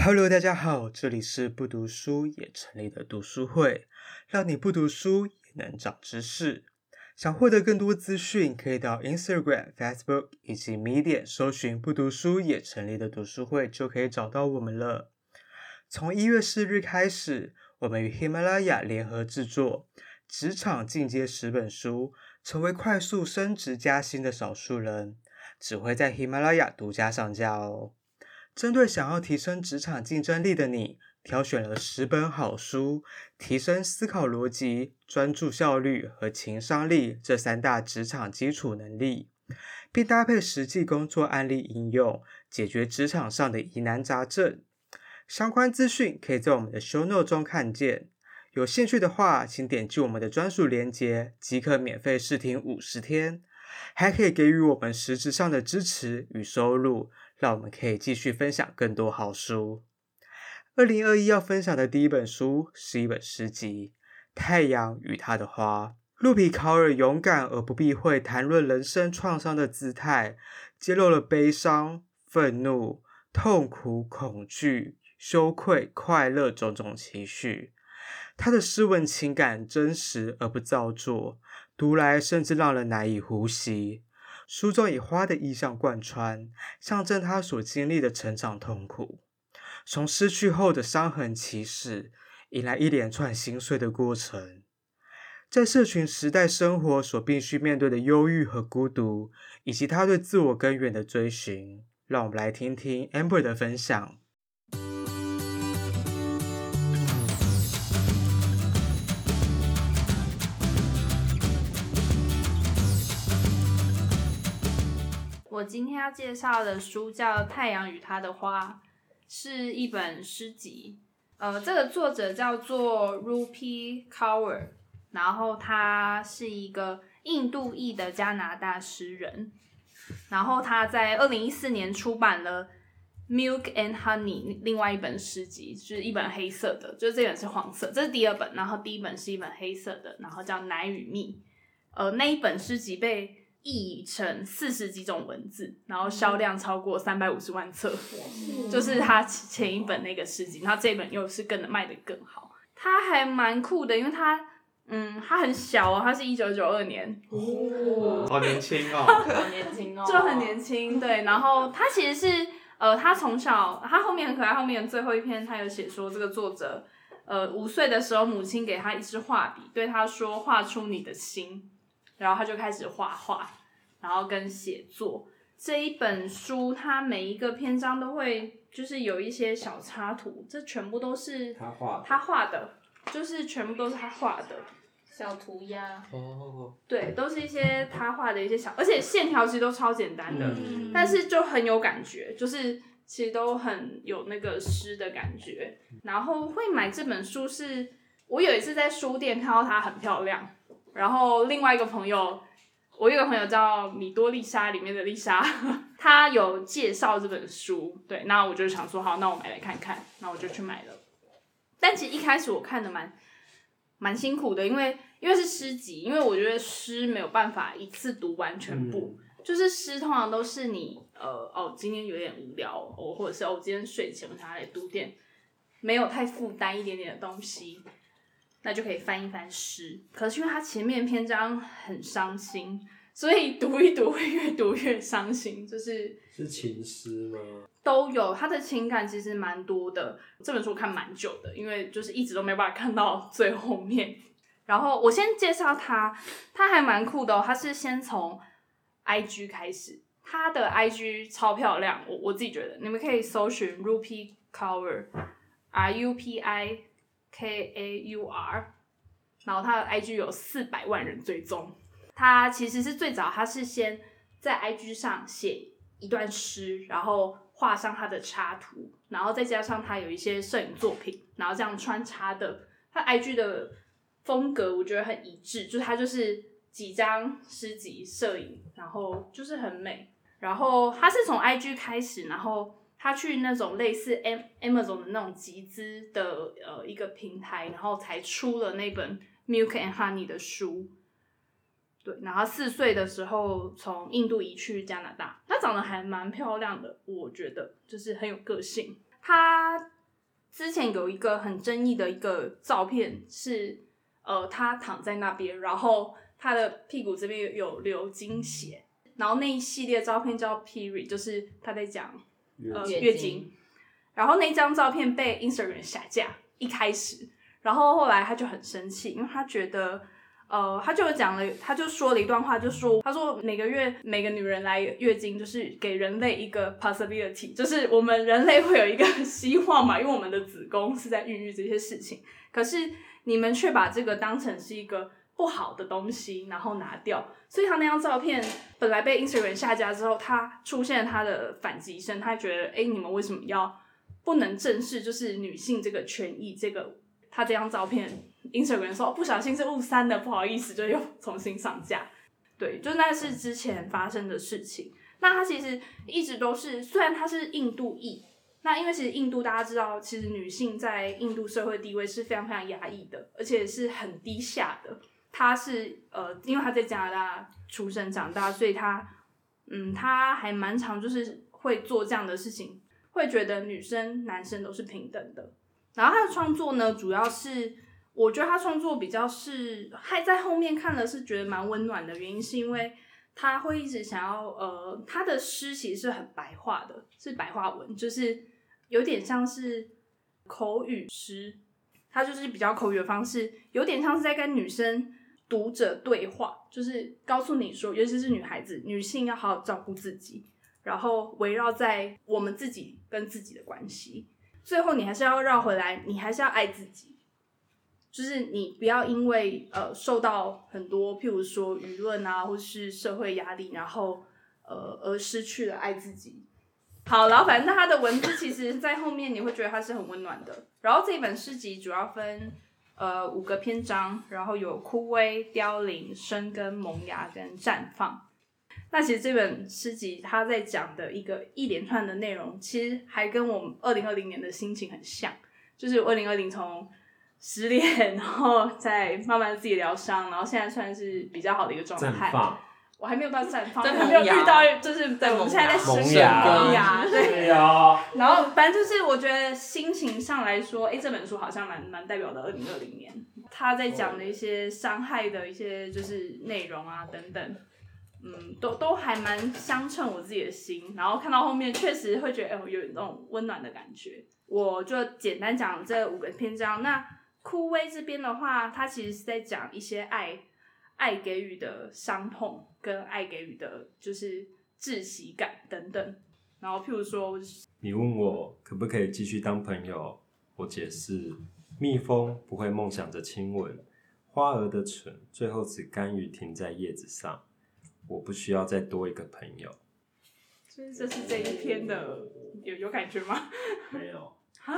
Hello， 大家好，这里是不读书也成立的读书会，让你不读书也能长知识。想获得更多资讯，可以到 Instagram、Facebook 以及 Medium 搜寻不读书也成立的读书会，就可以找到我们了。从1月4日开始，我们与喜马拉雅联合制作职场进阶10本书，成为快速升职加薪的少数人，只会在喜马拉雅独家上架哦。针对想要提升职场竞争力的你，挑选了10本好书，提升思考逻辑、专注效率和情商力这3大职场基础能力，并搭配实际工作案例应用，解决职场上的疑难杂症。相关资讯可以在我们的 show note 中看见。有兴趣的话，请点击我们的专属连结，即可免费试听50天，还可以给予我们实质上的支持与收入，让我们可以继续分享更多好书。2021要分享的第一本书是一本诗集《太阳与它的花》。路比考尔勇敢而不避讳谈论人生创伤的姿态，揭露了悲伤、愤怒、痛苦、恐惧、羞愧、快乐种种情绪。他的诗文情感真实而不造作，读来甚至让人难以呼吸。书中以花的意象贯穿，象征他所经历的成长痛苦，从失去后的伤痕起始，迎来一连串心碎的过程。在社群时代生活所必须面对的忧郁和孤独，以及他对自我根源的追寻，让我们来听听 Amber 的分享。 我今天要介绍的书叫《太阳与它的花》，是一本诗集。这个作者叫做 Rupi Kaur， 然后他是一个印度裔的加拿大诗人。然后他在2014年出版了 Milk and Honey 另外一本诗集，就是一本黑色的，就是这本是黄色，这是第2本，然后第1本是一本黑色的，然后叫奶与蜜。那一本诗集被译成40几种文字，然后销量超过350万册，就是他前一本那个诗集，然后这一本又是卖得更好。他还蛮酷的，因为他很小哦，他是1992年， 好年轻哦， 好年轻哦， 就很年轻，对。然后他其实是他从小，他后面很可爱，后面最后一篇他有写说，这个作者5岁的时候，母亲给他一支画笔，对他说画出你的心。然后他就开始画画，然后跟写作。这一本书它每一个篇章都会就是有一些小插图，这全部都是他画的，就是全部都是他画的小涂鸦哦， 对，都是一些他画的一些小，而且线条其实都超简单的，但是就很有感觉，就是其实都很有那个诗的感觉。然后会买这本书是我有一次在书店看到它很漂亮，然后另外一个朋友，我有一个朋友叫米多丽莎里面的丽莎，她有介绍这本书，对，那我就想说好，那我买来看看，那我就去买了。但其实一开始我看的蛮辛苦的，因为是诗集，因为我觉得诗没有办法一次读完全部，就是诗通常都是你今天有点无聊或者是今天睡前我想要来读点没有太负担一点点的东西，那就可以翻一翻诗。可是因为它前面篇章很伤心，所以读一读会越读越伤心，是情诗吗？ 都有，他的情感其实蛮多的。这本书我看蛮久的，因为就是一直都没有办法看到最后面。然后我先介绍他还蛮酷的哦，他是先从 IG 开始，他的 IG 超漂亮，我自己觉得，你们可以搜寻 Rupi Kaur RUPI KAUR， 然后他的 IG 有400万人追踪。他其实是最早，他是先在 IG 上写一段诗，然后画上他的插图，然后再加上他有一些摄影作品，然后这样穿插的。他 IG 的风格我觉得很一致，就是他就是几张诗集摄影，然后就是很美。然后他是从 IG 开始，然后他去那种类似 Amazon 的那种集资的一个平台，然后才出了那本 Milk and Honey 的书。对，然后4岁的时候从印度移去加拿大，她长得还蛮漂亮的，我觉得就是很有个性。她之前有一个很争议的一个照片是，他躺在那边，然后他的屁股这边有流经血，然后那一系列照片叫 Period， 就是他在讲月经，然后那张照片被 Instagram 下架，一开始，然后后来他就很生气，因为他觉得。他就说了一段话，他说每个月每个女人来月经，就是给人类一个 possibility， 就是我们人类会有一个希望嘛，因为我们的子宫是在孕育这些事情，可是你们却把这个当成是一个不好的东西，然后拿掉，所以他那张照片本来被 Instagram 下架之后，他出现了他的反击声，他觉得你们为什么要不能正视就是女性这个权益，他这张照片 Instagram 说不小心是误删的，不好意思，就又重新上架。对，就那是之前发生的事情。那它其实一直都是，虽然它是印度裔，那因为其实印度大家知道，其实女性在印度社会地位是非常非常压抑的，而且是很低下的。她是因为她在加拿大出生长大，所以她还蛮常就是会做这样的事情，会觉得女生男生都是平等的。然后他的创作呢，主要是我觉得他创作比较是，还在后面看了是觉得蛮温暖的原因，是因为他会一直想要他的诗其实是很白话的，是白话文，就是有点像是口语诗，他就是比较口语的方式，有点像是在跟女生读者对话，就是告诉你说，尤其是女孩子，女性要好好照顾自己，然后围绕在我们自己跟自己的关系。最后你还是要绕回来，你还是要爱自己，就是你不要因为受到很多譬如说舆论啊或是社会压力，然后而失去了爱自己。好，然后反正他的文字其实在后面你会觉得它是很温暖的。然后这一本诗集主要分5个篇章，然后有枯萎、凋零、生根、萌芽跟绽放。那其实这本诗集它在讲的一连串的内容，其实还跟我们2020年的心情很像，就是2020从失恋，然后再慢慢自己疗伤，然后现在算是比较好的一个状态。我还没有到绽放，还没有遇到，就是我们现在在生萌芽，对啊。然后反正就是我觉得心情上来说，这本书好像蛮代表的2020年，他在讲的一些伤害的一些就是内容啊等等。都还蛮相称我自己的心，然后看到后面确实会觉得有那种温暖的感觉。我就简单讲这5个篇章。那枯萎这边的话，它其实是在讲一些爱给予的伤痛，跟爱给予的就是窒息感等等。然后譬如说， 你问我可不可以继续当朋友，我解释：蜜蜂不会梦想着亲吻，花儿的唇最后只甘于停在叶子上。我不需要再多一个朋友。 这是这一篇的有感觉吗？ 没有。 哈？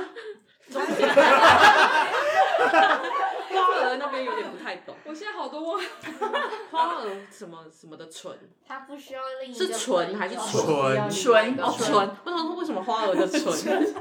花儿那边有点不太懂。 我现在好多花儿什么的唇？ 它不需要另一个是唇还是唇？ 唇。我想说为什么花儿的唇？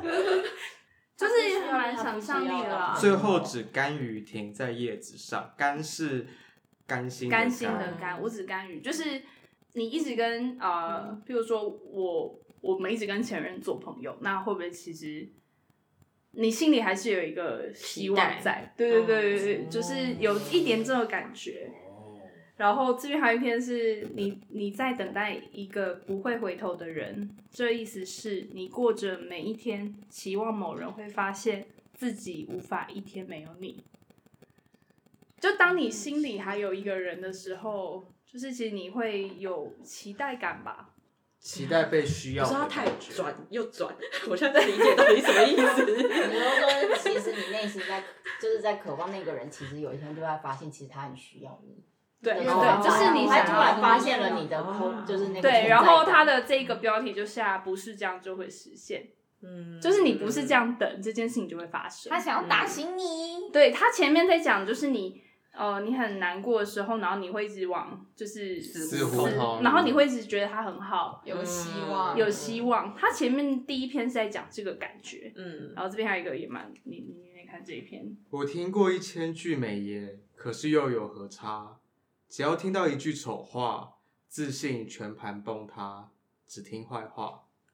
就是蛮想象力的啦。 最后只甘于停在叶子上，甘是甘心的甘，我只甘于，就是你一直跟譬如说我们一直跟前任做朋友，那会不会其实你心里还是有一个希望在？对，就是有一点这个感觉。然后这边还有一篇是你在等待一个不会回头的人，这意思是你过着每一天，期望某人会发现自己无法一天没有你。就当你心里还有一个人的时候，就是其实你会有期待感吧， 期待被需要的。 不是他太转又转，我现在在理解到底什么意思。 你说其实你内心就是在渴望那个人，其实有一天就会发现，其实他很需要你。 对，就是你他突然发现了你的空，就是那个对，然后他的这个标题就下不是这样就会实现。就是你不是这样等，这件事情就会发生。 他想要打醒你。 对，他前面在讲就是你很难过的时候，然后你会一直往就是死胡同， 然后你会一直觉得他很好， 有希望。 他前面第一篇是在讲这个感觉，然后这边还有一个也蛮你看这一篇。 我听过1000句美言，可是又有何差？只要听到一句丑话，自信全盘崩塌，只听坏话。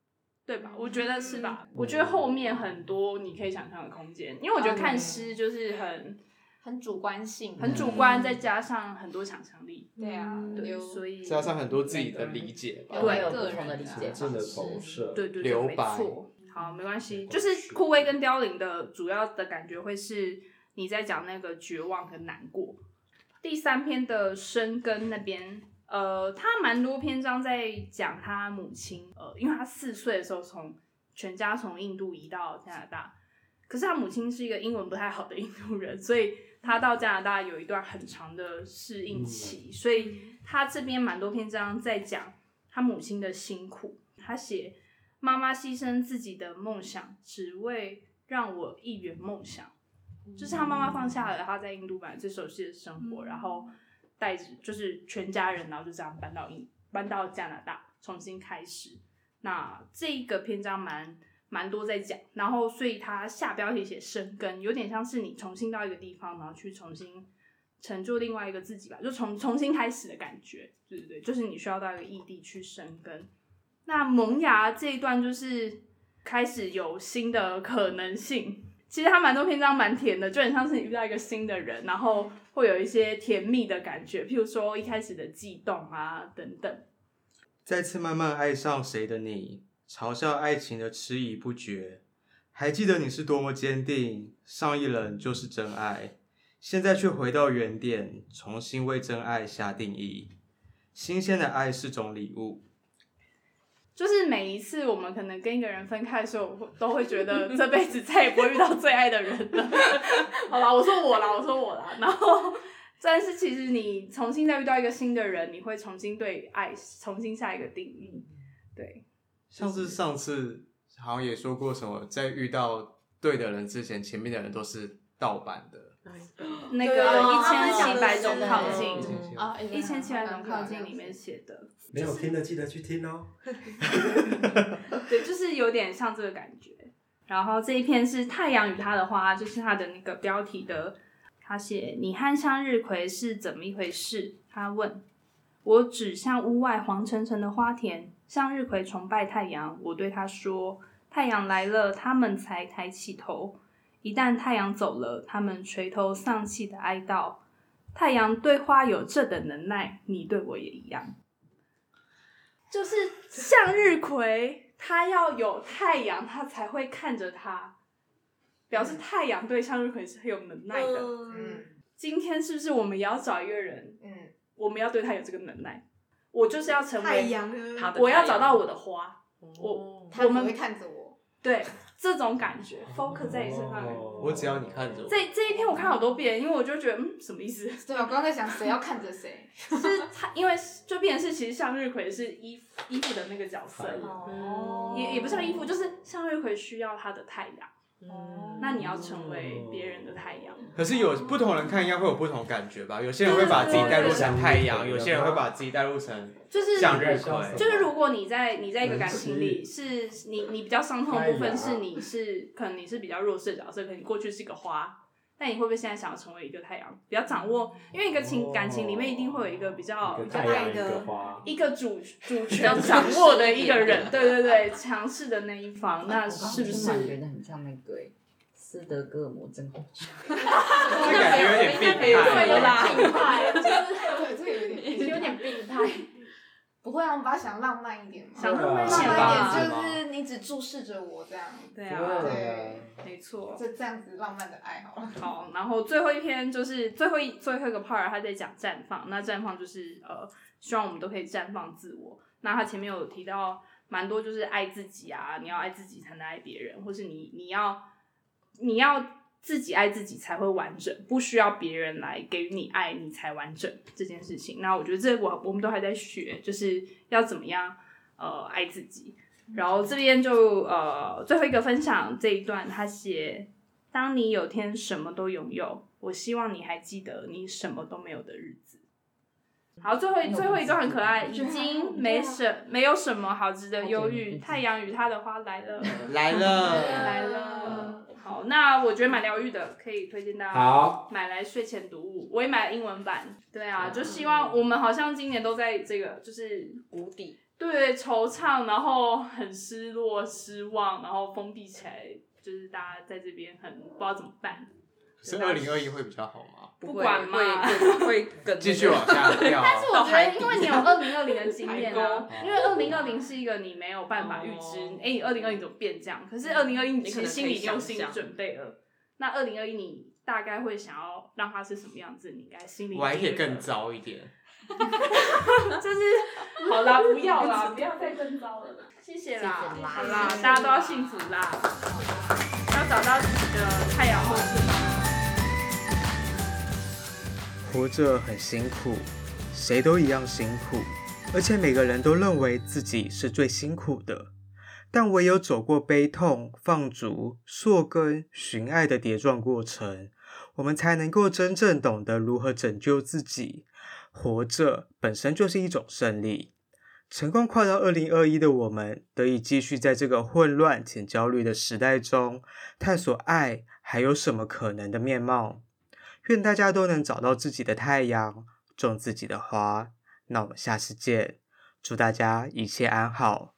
对吧？我觉得是吧？我觉得后面很多你可以想象的空间，因为我觉得看诗就是很主观性， 很主观，再加上很多想象力。 对啊， 对，所以加上很多自己的理解吧。 会有不同的理解真的方式。 投射， 对，没留白错。好，没关系，就是枯萎跟凋零的主要的感觉会是你在讲那个绝望跟难过。第3篇的生根那边，他蛮多篇章在讲他母亲，因为他4岁的时候全家从印度移到加拿大，可是他母亲是一个英文不太好的印度人，所以他到加拿大有一段很长的适应期，所以他这边蛮多篇章在讲他母亲的辛苦。他写妈妈牺牲自己的梦想，只为让我一圆梦想。就是他妈妈放下了他在印度本来最熟悉的生活，然后带着就是全家人，然后就这样搬到加拿大重新开始。那这一个篇章蛮多在讲，然后所以他下标题写生根，有点像是你重新到一个地方，然后去重新成就另外一个自己吧，就重新开始的感觉，对对对，就是你需要到一个异地去生根。那萌芽这一段就是开始有新的可能性，其实它蛮多篇章蛮甜的，就很像是你遇到一个新的人，然后会有一些甜蜜的感觉，譬如说一开始的悸动啊等等。 再次慢慢爱上谁的你，嘲笑爱情的迟疑不决，还记得你是多么坚定，上一人就是真爱，现在却回到原点，重新为真爱下定义。新鲜的爱是种礼物。 就是每一次我们可能跟一个人分开的时候，都会觉得这辈子再也不会遇到最爱的人了。好吧，我说我啦。然后，但是其实你重新再遇到一个新的人，你会重新对爱重新下一个定义。对， 像是上次好像也说过什么，在遇到对的人之前，前面的人都是盗版的。 那个1700种靠近啊 ，1700种靠近里面写的， 没有听的记得去听哦。 对，就是有点像这个感觉。然后这一篇是太阳与他的花，就是他的那个标题的，他写你和向日葵是怎么一回事？他问我，指向屋外黄澄澄的花田，向日葵崇拜太阳，我对他说，太阳来了，他们才抬起头。一旦太阳走了，他们垂头丧气的哀悼。太阳对花有这等能耐，你对我也一样。就是向日葵，它要有太阳，它才会看着它，表示太阳对向日葵是很有能耐的。今天是不是我们也要找一个人？我们要对他有这个能耐。我就是要成为太阳， 我要找到我的花。 他只会看着我。 对，这种感觉 focus 在你身上。 我只要你看着我。 这一篇我看好多遍，因为我就觉得什么意思？ 对，我刚刚在想谁要看着谁， 是他，因为就变成是其实向日葵是依附的那个角色，也不像依附，就是向日葵需要它的太阳。那你要成为别人的太阳。 可是有不同人看，应该会有不同感觉吧？有些人会把自己带入成太阳，有些人会把自己带入成向日葵。 就是如果你在一个感情里，是你比较伤痛的部分是可能你是比较弱势的角色，可能你过去是一个花，那你会不会现在想要成为一个太阳，比较掌握？因为一个感情里面一定会有一个比较爱的一个主权掌握的一个人，对，强势的那一方，那是不是？ 我觉得很像那个斯德哥尔摩症候群， 这感觉有点病态。 对啦， 对，这个有点病态。不会啊，我们把它想浪漫一点嘛。 想浪漫一点吧， 就是你只注视着我这样。 对啊， 对， 没错。 这样子浪漫的爱好了。 好，然后最后一篇就是最后一个 part， 他在讲绽放。那绽放就是希望我们都可以绽放自我。那他前面有提到蛮多，就是爱自己啊，你要爱自己才能爱别人，或是你要自己爱自己才会完整，不需要别人来给予你爱，你才完整这件事情。那我觉得这我们都还在学，就是要怎么样爱自己。然后这边就最后一个分享这一段，他写：当你有天什么都拥有，我希望你还记得你什么都没有的日子。好，最后一段很可爱，已经没有什么好值得忧郁。太阳与它的花来了， 来了。 好，那我觉得蛮疗愈的，可以推荐大家买来睡前读物。我也买了英文版。对啊，就希望我们好像今年都在这个就是谷底， 对，惆怅，然后很失落、失望，然后封闭起来，就是大家在这边很不知道怎么办。 是2021会比较好吗？ 不管嘛会更继续往下掉。 但是我觉得，因为你有2020的经验啊海， 因为2020是一个你没有办法预知，你2020怎么变这样？可是2021你其实心里有心理准备了。那2021你大概会想要让它是什么样子？你应该心里我还可以更糟一点。 就是好啦，不要啦，不要再更糟了。谢谢啦， 谢谢啦好啦，大家都要幸福啦，要找到自己的太阳或翅膀。 活着很辛苦，谁都一样辛苦，而且每个人都认为自己是最辛苦的。但唯有走过悲痛、放逐、塑根、寻爱的跌撞过程，我们才能够真正懂得如何拯救自己。活着本身就是一种胜利。成功跨到2021的我们，得以继续在这个混乱且焦虑的时代中，探索爱还有什么可能的面貌。愿大家都能找到自己的太阳，种自己的花。那我们下次见，祝大家一切安好。